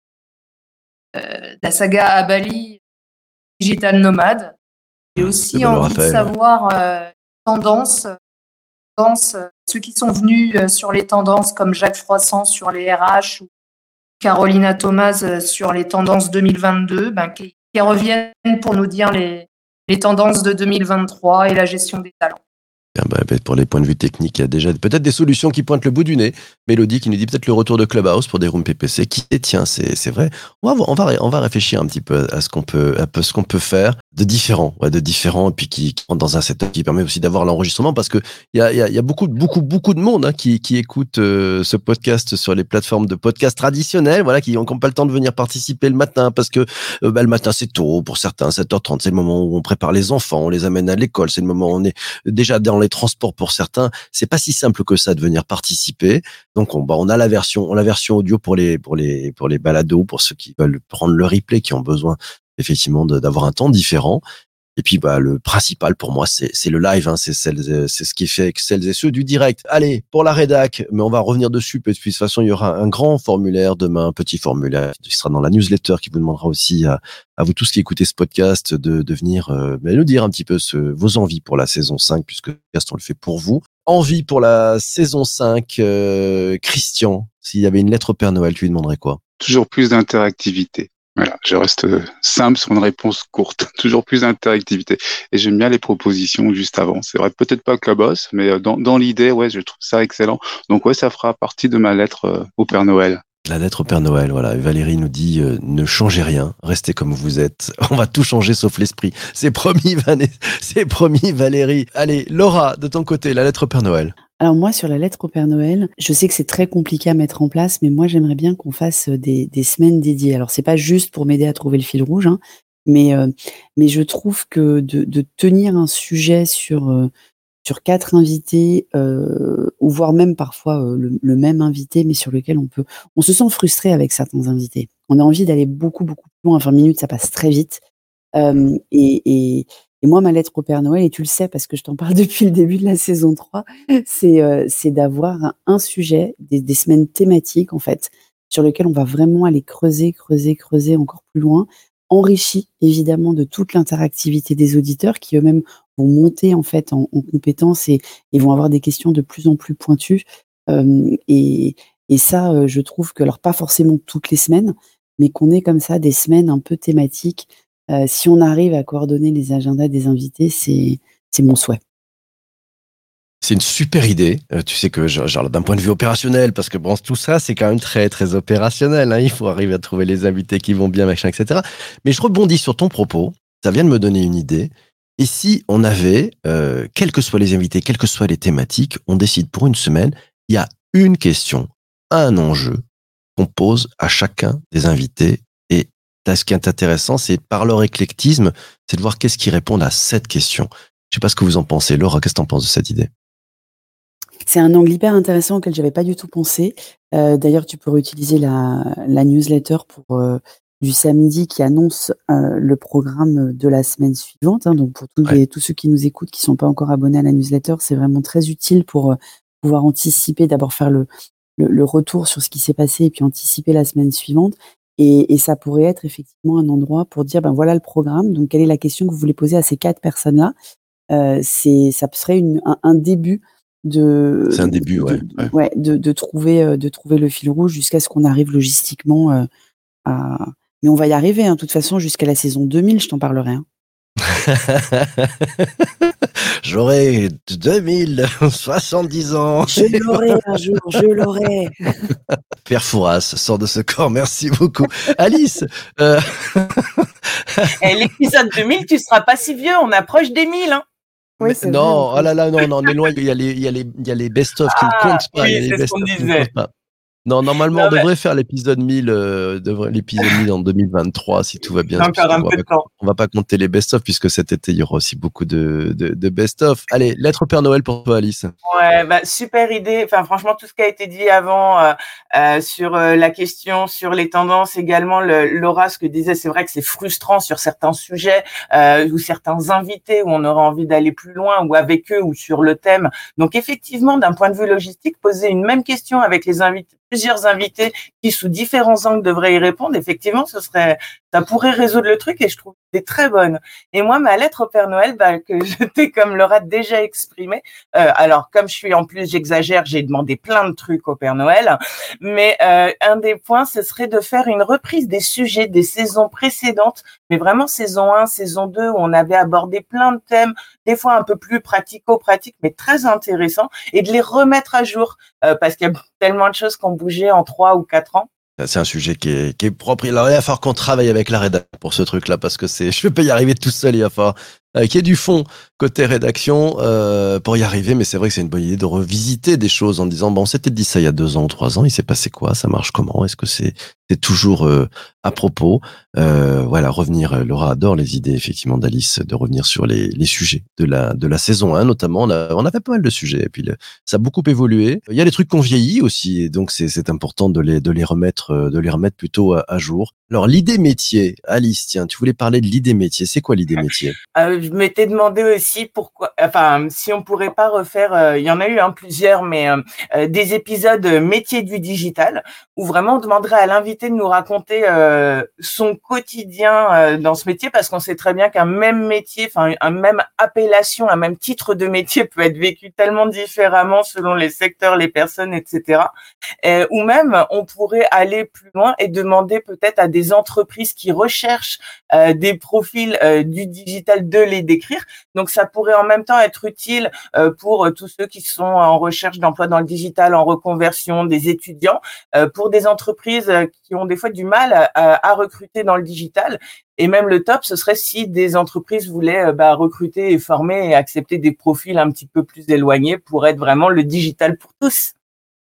euh, la saga à Bali, Digital Nomade. J'ai De aussi Benoît envie de Raphaël, ouais. savoir euh, tendances, tendances, euh, ceux qui sont venus euh, sur les tendances comme Jacques Froissart sur les R H ou Carolina Thomas euh, sur les tendances deux mille vingt-deux, ben, qui, qui reviennent pour nous dire les, les tendances de deux mille vingt-trois et la gestion des talents. Bien, bah, bah, pour les points de vue techniques, il y a déjà peut-être des solutions qui pointent le bout du nez. Mélodie qui nous dit peut-être le retour de Clubhouse pour des rooms P P C. Qui est, tiens, c'est, c'est vrai. On va, on, va, on va réfléchir un petit peu à ce qu'on peut, à peu ce qu'on peut faire de différent, ouais, de différent, et puis qui, qui rentre dans un setup qui permet aussi d'avoir l'enregistrement, parce que il y a, il y a, il y a beaucoup, beaucoup, beaucoup de monde hein, qui, qui écoute euh, ce podcast sur les plateformes de podcast traditionnelles, voilà, qui n'ont pas le temps de venir participer le matin, parce que euh, bah, le matin c'est tôt pour certains, sept heures trente, c'est le moment où on prépare les enfants, on les amène à l'école, c'est le moment où on est déjà dans les transports pour certains. C'est pas si simple que ça de venir participer. Donc on, bah, on a la version, on a la version audio pour les, pour les, pour les balados, pour ceux qui veulent prendre le replay, qui ont besoin effectivement de, d'avoir un temps différent. Et puis bah le principal pour moi c'est c'est le live, hein, c'est celles, c'est ce qui fait avec celles et ceux du direct. Allez pour la rédac, mais on va revenir dessus. Puis de toute façon il y aura un grand formulaire demain, un petit formulaire qui sera dans la newsletter qui vous demandera aussi à, à vous tous qui écoutez ce podcast de, de venir euh, bah, nous dire un petit peu ce, vos envies pour la saison cinq, puisque le podcast on le fait pour vous. Envie pour la saison cinq, euh, Christian, s'il y avait une lettre au Père Noël, tu lui demanderais quoi? Toujours plus d'interactivité. Voilà, je reste euh, simple sur une réponse courte. Toujours plus d'interactivité. Et j'aime bien les propositions juste avant. C'est vrai, peut-être pas Clubhouse, mais euh, dans, dans l'idée, ouais, je trouve ça excellent. Donc ouais, ça fera partie de ma lettre euh, au Père Noël. La lettre au Père Noël, voilà. Valérie nous dit euh, ne changez rien, restez comme vous êtes. On va tout changer sauf l'esprit. C'est promis, Vané- c'est promis, Valérie. Allez, Laura, de ton côté, la lettre au Père Noël. Alors moi, sur la lettre au Père Noël, je sais que c'est très compliqué à mettre en place, mais moi, j'aimerais bien qu'on fasse des, des semaines dédiées. Alors, c'est pas juste pour m'aider à trouver le fil rouge, hein, mais, euh, mais je trouve que de, de tenir un sujet sur, euh, sur quatre invités, euh, ou voire même parfois euh, le, le même invité, mais sur lequel on peut... On se sent frustré avec certains invités. On a envie d'aller beaucoup, beaucoup plus loin. vingt minutes, ça passe très vite. Euh, et, et, et moi, ma lettre au Père Noël, et tu le sais parce que je t'en parle depuis le début de la saison trois, c'est euh, c'est d'avoir un, un sujet, des, des semaines thématiques en fait, sur lequel on va vraiment aller creuser, creuser, creuser encore plus loin, enrichi évidemment de toute l'interactivité des auditeurs qui eux-mêmes vont monter en fait en, en compétences et, et vont avoir des questions de plus en plus pointues. Euh, et, et ça, euh, je trouve que, alors pas forcément toutes les semaines, mais qu'on ait comme ça des semaines un peu thématiques. Euh, si on arrive à coordonner les agendas des invités, c'est c'est mon souhait. C'est une super idée. Euh, tu sais que, genre, genre, d'un point de vue opérationnel, parce que bon, tout ça, c'est quand même très, très opérationnel. Hein. Il faut arriver à trouver les invités qui vont bien, machin, et cetera. Mais je rebondis sur ton propos. Ça vient de me donner une idée. Et si on avait, euh, quels que soient les invités, quelles que soient les thématiques, on décide pour une semaine, il y a une question, un enjeu qu'on pose à chacun des invités. Et là, ce qui est intéressant, c'est par leur éclectisme, c'est de voir qu'est-ce qu'ils répondent à cette question. Je sais pas ce que vous en pensez. Laura, qu'est-ce que tu en penses de cette idée? C'est un angle hyper intéressant auquel j'avais pas du tout pensé. Euh, d'ailleurs, tu peux réutiliser la, la newsletter pour euh, du samedi qui annonce euh, le programme de la semaine suivante. Hein. Donc pour tous, Ouais. les, tous ceux qui nous écoutent, qui sont pas encore abonnés à la newsletter, c'est vraiment très utile pour euh, pouvoir anticiper, d'abord faire le, le, le retour sur ce qui s'est passé et puis anticiper la semaine suivante. Et, et ça pourrait être effectivement un endroit pour dire, ben voilà le programme. Donc quelle est la question que vous voulez poser à ces quatre personnes-là? Euh, c'est, ça serait une, un, un début de, C'est un début, de, ouais. de- ouais. ouais, de, de trouver, euh, de trouver le fil rouge jusqu'à ce qu'on arrive logistiquement euh, à. Mais on va y arriver, hein, de toute façon, jusqu'à la saison deux mille, je t'en parlerai. Hein. J'aurai deux mille soixante-dix ans. Je l'aurai un jour, je l'aurai. Pierre Fouras sort de ce corps. Merci beaucoup. Alice, euh, Et l'épisode deux mille, tu seras pas si vieux, on approche des mille. Hein. Oui, mais- c'est vrai, non, en oh plus. là là, non, non, on est loin. Il y a les, il y a les, il y a les best-of qui Ah, ne comptent pas. oui, il y a les c'est ce qu'on best-of qui ne disait. comptent pas. Non, normalement, Non, on mais- devrait faire l'épisode mille, euh, devrait- l'épisode mille en deux mille vingt-trois, si tout va bien. Encore puisqu'on un va peu de pas- temps. On va pas compter les best-of, puisque cet été, il y aura aussi beaucoup de, de, de best-of. Allez, lettre au Père Noël pour toi, Alice. Ouais, bah, super idée. Enfin, franchement, tout ce qui a été dit avant euh, euh, sur euh, la question, sur les tendances, également, le, Laura, ce que disait, c'est vrai que c'est frustrant sur certains sujets euh, ou certains invités où on aurait envie d'aller plus loin ou avec eux ou sur le thème. Donc, effectivement, d'un point de vue logistique, poser une même question avec les invités, plusieurs invités qui, sous différents angles, devraient y répondre, effectivement, ce serait, ça pourrait résoudre le truc et je trouve que c'est très bonne. Et moi, ma lettre au Père Noël, bah, que je t'ai, comme Laura, déjà exprimée, euh, alors, comme je suis en plus, j'exagère, j'ai demandé plein de trucs au Père Noël, mais euh, un des points, ce serait de faire une reprise des sujets des saisons précédentes, mais vraiment saison un, saison deux, où on avait abordé plein de thèmes, des fois un peu plus pratico-pratiques, mais très intéressants, et de les remettre à jour, euh, parce qu'il y a tellement de choses qui ont bougé en trois ou quatre ans. C'est un sujet qui est, qui est propre. Alors, il va falloir qu'on travaille avec la rédac pour ce truc-là, parce que c'est, je vais pas y arriver tout seul. Il va falloir euh, qu'il y ait du fond côté rédaction euh, pour y arriver. Mais c'est vrai que c'est une bonne idée de revisiter des choses en disant, bon, on s'était dit ça il y a deux ans ou trois ans. Il s'est passé quoi? Ça marche comment? Est-ce que c'est, c'est toujours euh, à propos? euh, Voilà, revenir. euh, Laura adore les idées effectivement d'Alice de revenir sur les, les sujets de la de la saison un notamment. On a, on a fait pas mal de sujets. Et puis le, ça a beaucoup évolué. Il y a des trucs qu'on vieillit aussi, et donc c'est c'est important de les de les remettre euh, de les remettre plutôt à, à jour. Alors l'idée métier, Alice, tiens, tu voulais parler de l'idée métier. C'est quoi l'idée métier? Euh, je m'étais demandé aussi pourquoi, enfin, si on pourrait pas refaire, euh, il y en a eu hein, plusieurs, mais euh, euh, des épisodes euh, métiers du digital où vraiment on demanderait à l'invité de nous raconter euh, son quotidien euh, dans ce métier, parce qu'on sait très bien qu'un même métier, enfin, un même appellation, un même titre de métier peut être vécu tellement différemment selon les secteurs, les personnes, et cetera. Euh, ou même, on pourrait aller plus loin et demander peut-être à des entreprises qui recherchent euh, des profils euh, du digital de les décrire. Donc, ça pourrait en même temps être utile euh, pour euh, tous ceux qui sont en recherche d'emploi dans le digital, en reconversion, des étudiants, euh, pour des entreprises euh, qui ont des fois du mal à, à recruter dans le digital. Et même le top, ce serait si des entreprises voulaient euh, bah, recruter et former et accepter des profils un petit peu plus éloignés pour être vraiment le digital pour tous.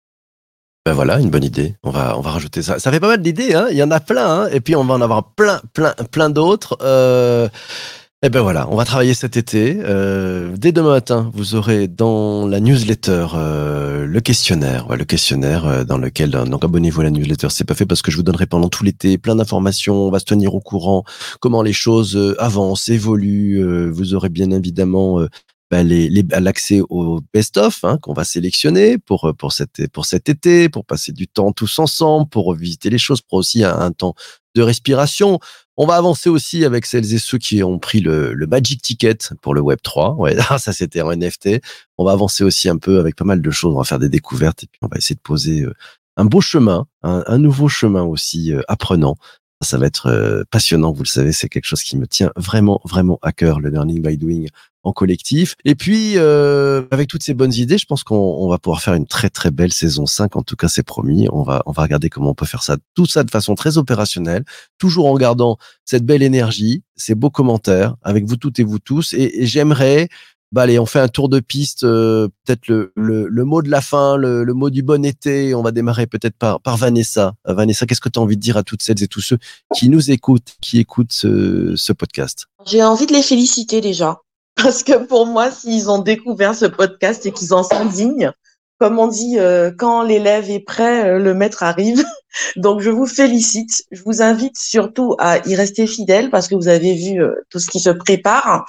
Ben voilà, une bonne idée. On va, on va rajouter ça. Ça fait pas mal d'idées, hein. Il y en a plein, hein. Et puis on va en avoir plein, plein, plein d'autres. Euh, et ben voilà, on va travailler cet été. Euh, dès demain matin, vous aurez dans la newsletter euh, le questionnaire, ouais, le questionnaire euh, dans lequel euh, donc abonnez-vous à la newsletter. C'est pas fait parce que je vous donnerai pendant tout l'été plein d'informations. On va se tenir au courant comment les choses euh, avancent, évoluent. Euh, vous aurez bien évidemment euh, bah, les, les, l'accès au best-of hein, qu'on va sélectionner pour pour cet pour cet été, pour passer du temps tous ensemble, pour revisiter les choses, pour aussi un, un temps de respiration. On va avancer aussi avec celles et ceux qui ont pris le, le Magic Ticket pour le Web trois. Ouais, ça c'était en N F T. On va avancer aussi un peu avec pas mal de choses. On va faire des découvertes et puis on va essayer de poser euh, un beau chemin, un, un nouveau chemin aussi euh, apprenant. Ça va être euh, passionnant, vous le savez, c'est quelque chose qui me tient vraiment, vraiment à cœur, le learning by doing en collectif. Et puis, euh, avec toutes ces bonnes idées, je pense qu'on on va pouvoir faire une très, très belle saison cinq. En tout cas, c'est promis. On va, on va regarder comment on peut faire ça, tout ça de façon très opérationnelle, toujours en gardant cette belle énergie, ces beaux commentaires avec vous toutes et vous tous. Et, et j'aimerais... Bah allez, on fait un tour de piste, euh, peut-être le, le, le mot de la fin, le, le mot du bon été. On va démarrer peut-être par, par Vanessa. Euh, Vanessa, qu'est-ce que tu as envie de dire à toutes celles et tous ceux qui nous écoutent, qui écoutent ce, ce podcast? J'ai envie de les féliciter déjà, parce que pour moi, s'ils ont découvert ce podcast et qu'ils en sont dignes, comme on dit, euh, quand l'élève est prêt, euh, le maître arrive. Donc, je vous félicite. Je vous invite surtout à y rester fidèle parce que vous avez vu euh, tout ce qui se prépare.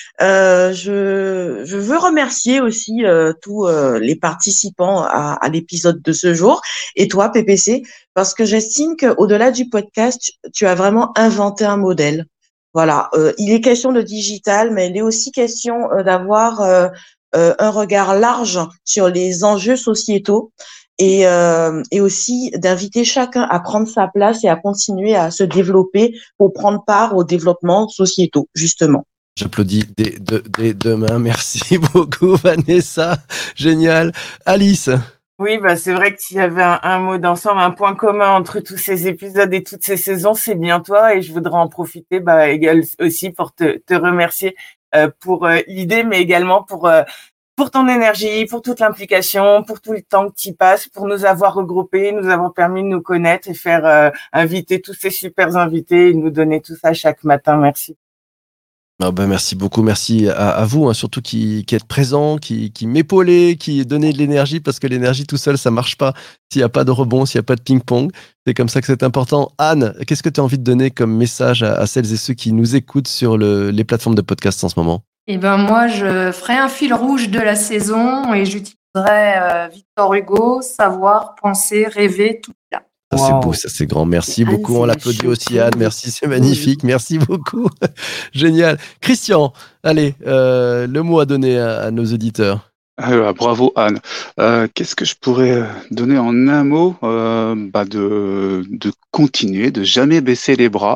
Euh, je, je veux remercier aussi euh, tous euh, les participants à, à l'épisode de ce jour et toi, P P C, parce que j'estime qu'au-delà du podcast, tu, tu as vraiment inventé un modèle. Voilà, euh, il est question de digital, mais il est aussi question euh, d'avoir euh, euh, un regard large sur les enjeux sociétaux et, euh, et aussi d'inviter chacun à prendre sa place et à continuer à se développer pour prendre part au développement sociétaux, justement. J'applaudis dès, dès, dès demain. Merci beaucoup, Vanessa. Génial. Alice. Oui, bah c'est vrai que s'il y avait un, un mot d'ensemble, un point commun entre tous ces épisodes et toutes ces saisons, c'est bien toi. Et je voudrais en profiter bah, également aussi pour te, te remercier euh, pour euh, l'idée, mais également pour euh, pour ton énergie, pour toute l'implication, pour tout le temps que tu y passes, pour nous avoir regroupés, nous avoir permis de nous connaître et faire euh, inviter tous ces super invités et nous donner tout ça chaque matin. Merci. Ah ben merci beaucoup, merci à, à vous, hein, surtout qui, qui êtes présents, qui, qui m'épaulez, qui donnez de l'énergie, parce que l'énergie tout seul, ça marche pas s'il n'y a pas de rebond, s'il n'y a pas de ping-pong. C'est comme ça que c'est important. Anne, qu'est-ce que tu as envie de donner comme message à, à celles et ceux qui nous écoutent sur le, les plateformes de podcast en ce moment? Eh ben moi, je ferai un fil rouge de la saison et j'utiliserai euh, Victor Hugo, savoir, penser, rêver, tout là. Ça, c'est Wow. beau, ça, c'est grand. Merci Anne, beaucoup. On c'est l'applaudit chouette. aussi, Anne. Merci, c'est magnifique. Merci beaucoup. Génial. Christian, allez, euh, le mot à donner à, à nos auditeurs. Ah, bravo Anne. Euh, qu'est-ce que je pourrais donner en un mot? Euh, bah de, de continuer, de jamais baisser les bras,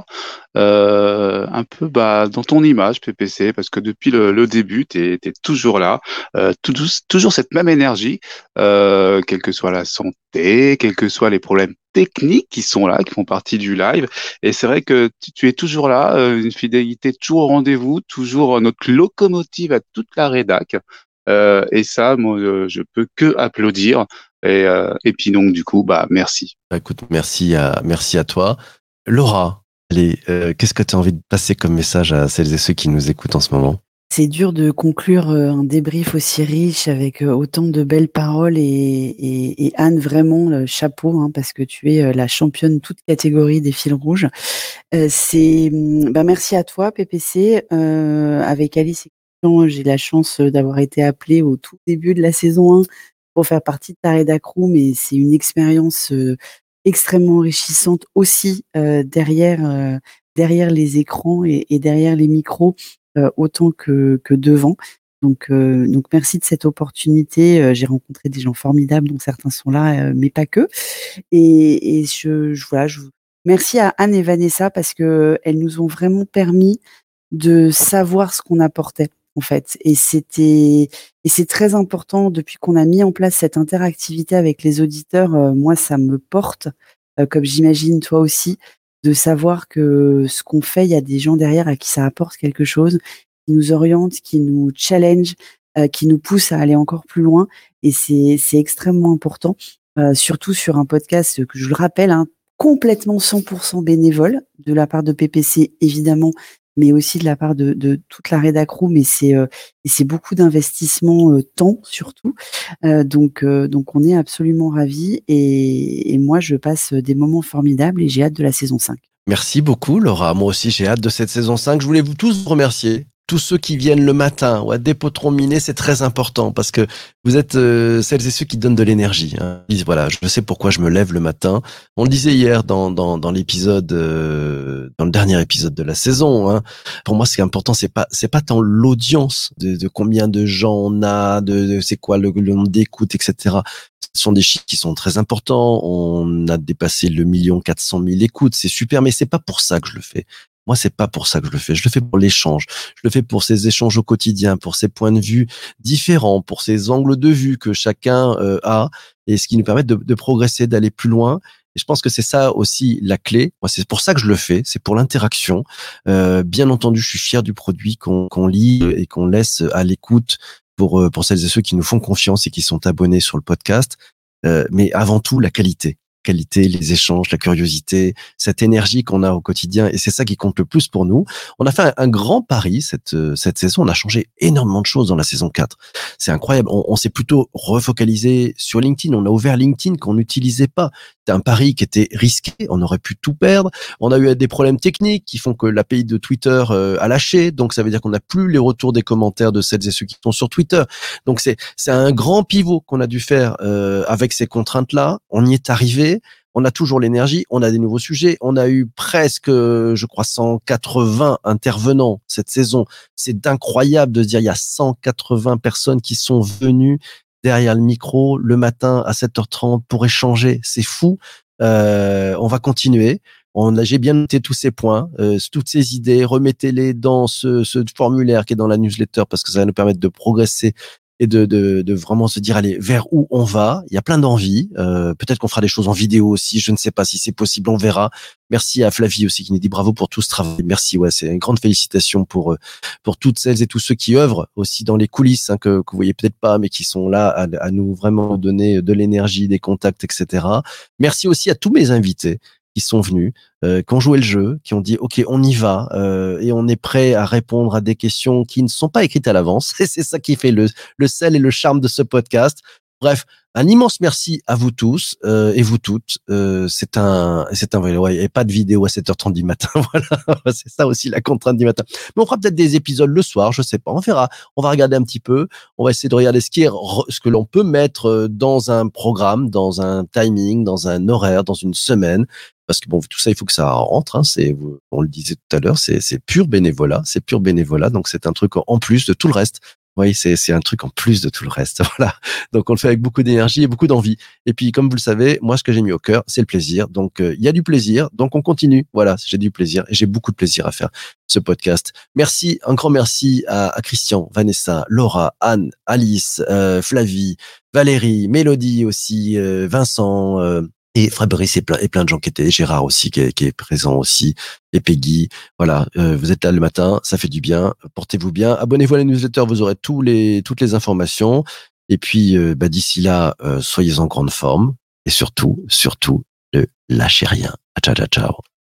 euh, un peu bah, dans ton image P P C, parce que depuis le, le début, tu es toujours là, euh, tout- toujours cette même énergie, euh, quelle que soit la santé, quels que soient les problèmes techniques qui sont là, qui font partie du live. Et c'est vrai que tu, tu es toujours là, euh, une fidélité toujours au rendez-vous, toujours notre locomotive à toute la rédac. Euh, et ça, moi, euh, je peux que applaudir. Et, euh, et puis donc, du coup, bah, merci. Bah, écoute, merci à, merci à toi. Laura, allez, euh, qu'est-ce que tu as envie de passer comme message à celles et ceux qui nous écoutent en ce moment? C'est dur de conclure euh, un débrief aussi riche avec euh, autant de belles paroles et, et, et Anne, vraiment, le chapeau, hein, parce que tu es euh, la championne toute catégorie des fils rouges. Euh, c'est, hum, bah, merci à toi, P P C. Euh, avec Alice et Christian, j'ai la chance euh, d'avoir été appelée au tout début de la saison un pour faire partie de ta rédac room, et c'est une expérience euh, extrêmement enrichissante aussi euh, derrière, euh, derrière les écrans et, et derrière les micros, euh, autant que, que devant. Donc, euh, donc merci de cette opportunité. Euh, j'ai rencontré des gens formidables, dont certains sont là, euh, mais pas que. Et, et je, je, voilà, je merci à Anne et Vanessa parce que elles nous ont vraiment permis de savoir ce qu'on apportait, en fait. Et c'était, et c'est très important depuis qu'on a mis en place cette interactivité avec les auditeurs. Euh, moi, ça me porte, euh, comme j'imagine toi aussi, de savoir que ce qu'on fait, il y a des gens derrière à qui ça apporte quelque chose, qui nous orientent, qui nous challenge, euh, qui nous poussent à aller encore plus loin. Et c'est, c'est extrêmement important, euh, surtout sur un podcast que je le rappelle, hein, complètement cent pour cent bénévole de la part de P P C, évidemment, mais aussi de la part de, de toute la rédac room, et c'est euh, et c'est beaucoup d'investissement euh, temps surtout. Euh, donc euh, donc on est absolument ravis, et, et moi je passe des moments formidables et j'ai hâte de la saison cinq. Merci beaucoup, Laura. Moi aussi, j'ai hâte de cette saison cinq. Je voulais vous tous vous remercier. Tous ceux qui viennent le matin ou à Dépotron Miné, c'est très important parce que vous êtes euh, celles et ceux qui donnent de l'énergie. Hein. Ils disent, voilà, je sais pourquoi je me lève le matin. On le disait hier dans dans, dans l'épisode, euh, dans le dernier épisode de la saison. Hein. Pour moi, ce qui est important, c'est pas c'est pas tant l'audience de, de combien de gens on a, de, de c'est quoi le, le nombre d'écoutes, et cetera. Ce sont des chiffres qui sont très importants. On a dépassé le million quatre cent mille écoutes, c'est super, mais c'est pas pour ça que je le fais. Moi, c'est pas pour ça que je le fais. Je le fais pour l'échange. Je le fais pour ces échanges au quotidien, pour ces points de vue différents, pour ces angles de vue que chacun euh, a, et ce qui nous permet de, de progresser, d'aller plus loin. Et je pense que c'est ça aussi la clé. Moi, c'est pour ça que je le fais. C'est pour l'interaction. Euh, bien entendu, je suis fier du produit qu'on qu'on lit et qu'on laisse à l'écoute pour pour celles et ceux qui nous font confiance et qui sont abonnés sur le podcast. Euh, mais avant tout, la qualité. qualité, les échanges, la curiosité, cette énergie qu'on a au quotidien, et c'est ça qui compte le plus pour nous. On a fait un, un grand pari cette cette saison, on a changé énormément de choses dans la saison quatre. C'est incroyable, on, on s'est plutôt refocalisé sur LinkedIn, on a ouvert LinkedIn qu'on n'utilisait pas. C'était un pari qui était risqué, on aurait pu tout perdre. On a eu des problèmes techniques qui font que l'A P I de Twitter euh, a lâché, donc ça veut dire qu'on n'a plus les retours des commentaires de celles et ceux qui sont sur Twitter. Donc c'est c'est un grand pivot qu'on a dû faire euh, avec ces contraintes-là. On y est arrivé. On a toujours l'énergie, on a des nouveaux sujets, on a eu presque, je crois, cent quatre-vingts intervenants cette saison. C'est incroyable de se dire, il y a cent quatre-vingts personnes qui sont venues derrière le micro le matin à sept heures trente pour échanger. C'est fou. Euh, on va continuer. On a, j'ai bien noté tous ces points, euh, toutes ces idées. Remettez-les dans ce, ce formulaire qui est dans la newsletter parce que ça va nous permettre de progresser et de, de, de vraiment se dire, allez, vers où on va. Il y a plein d'envies. Euh, peut-être qu'on fera des choses en vidéo aussi. Je ne sais pas si c'est possible. On verra. Merci à Flavie aussi qui nous dit bravo pour tout ce travail. Merci. Ouais, c'est une grande félicitation pour pour toutes celles et tous ceux qui œuvrent aussi dans les coulisses, hein, que, que vous voyez peut-être pas, mais qui sont là à, à nous vraiment donner de l'énergie, des contacts, et cetera. Merci aussi à tous mes invités qui sont venus, euh, qui ont joué le jeu, qui ont dit ok, on y va, euh, et on est prêt à répondre à des questions qui ne sont pas écrites à l'avance. Et c'est ça qui fait le le sel et le charme de ce podcast. Bref, un immense merci à vous tous euh, et vous toutes. Euh, c'est un, c'est un, ouais, et pas de vidéo à sept heures trente du matin. Voilà, c'est ça aussi la contrainte du matin. Mais on fera peut-être des épisodes le soir, je sais pas. On verra. On va regarder un petit peu. On va essayer de regarder ce qui est, ce que l'on peut mettre dans un programme, dans un timing, dans un horaire, dans une semaine. Parce que bon, tout ça, il faut que ça rentre. Hein, c'est, on le disait tout à l'heure, c'est, c'est pur bénévolat, c'est pur bénévolat. Donc c'est un truc en plus de tout le reste. Oui, c'est c'est un truc en plus de tout le reste. Voilà. Donc on le fait avec beaucoup d'énergie et beaucoup d'envie. Et puis comme vous le savez, moi ce que j'ai mis au cœur, c'est le plaisir. Donc il euh, y a du plaisir, donc on continue. Voilà, j'ai du plaisir et j'ai beaucoup de plaisir à faire ce podcast. Merci, un grand merci à, à Christian, Vanessa, Laura, Anne, Alice, euh, Flavie, Valérie, Mélodie aussi, euh, Vincent, euh, et Fabrice et plein, et plein de gens qui étaient, Gérard aussi qui est, qui est présent aussi, et Peggy. Voilà, euh, vous êtes là le matin, ça fait du bien. Portez-vous bien, abonnez-vous à la newsletter, vous aurez tous les toutes les informations. Et puis euh, bah, d'ici là, euh, soyez en grande forme et surtout, surtout, ne lâchez rien. Ciao, ciao, ciao.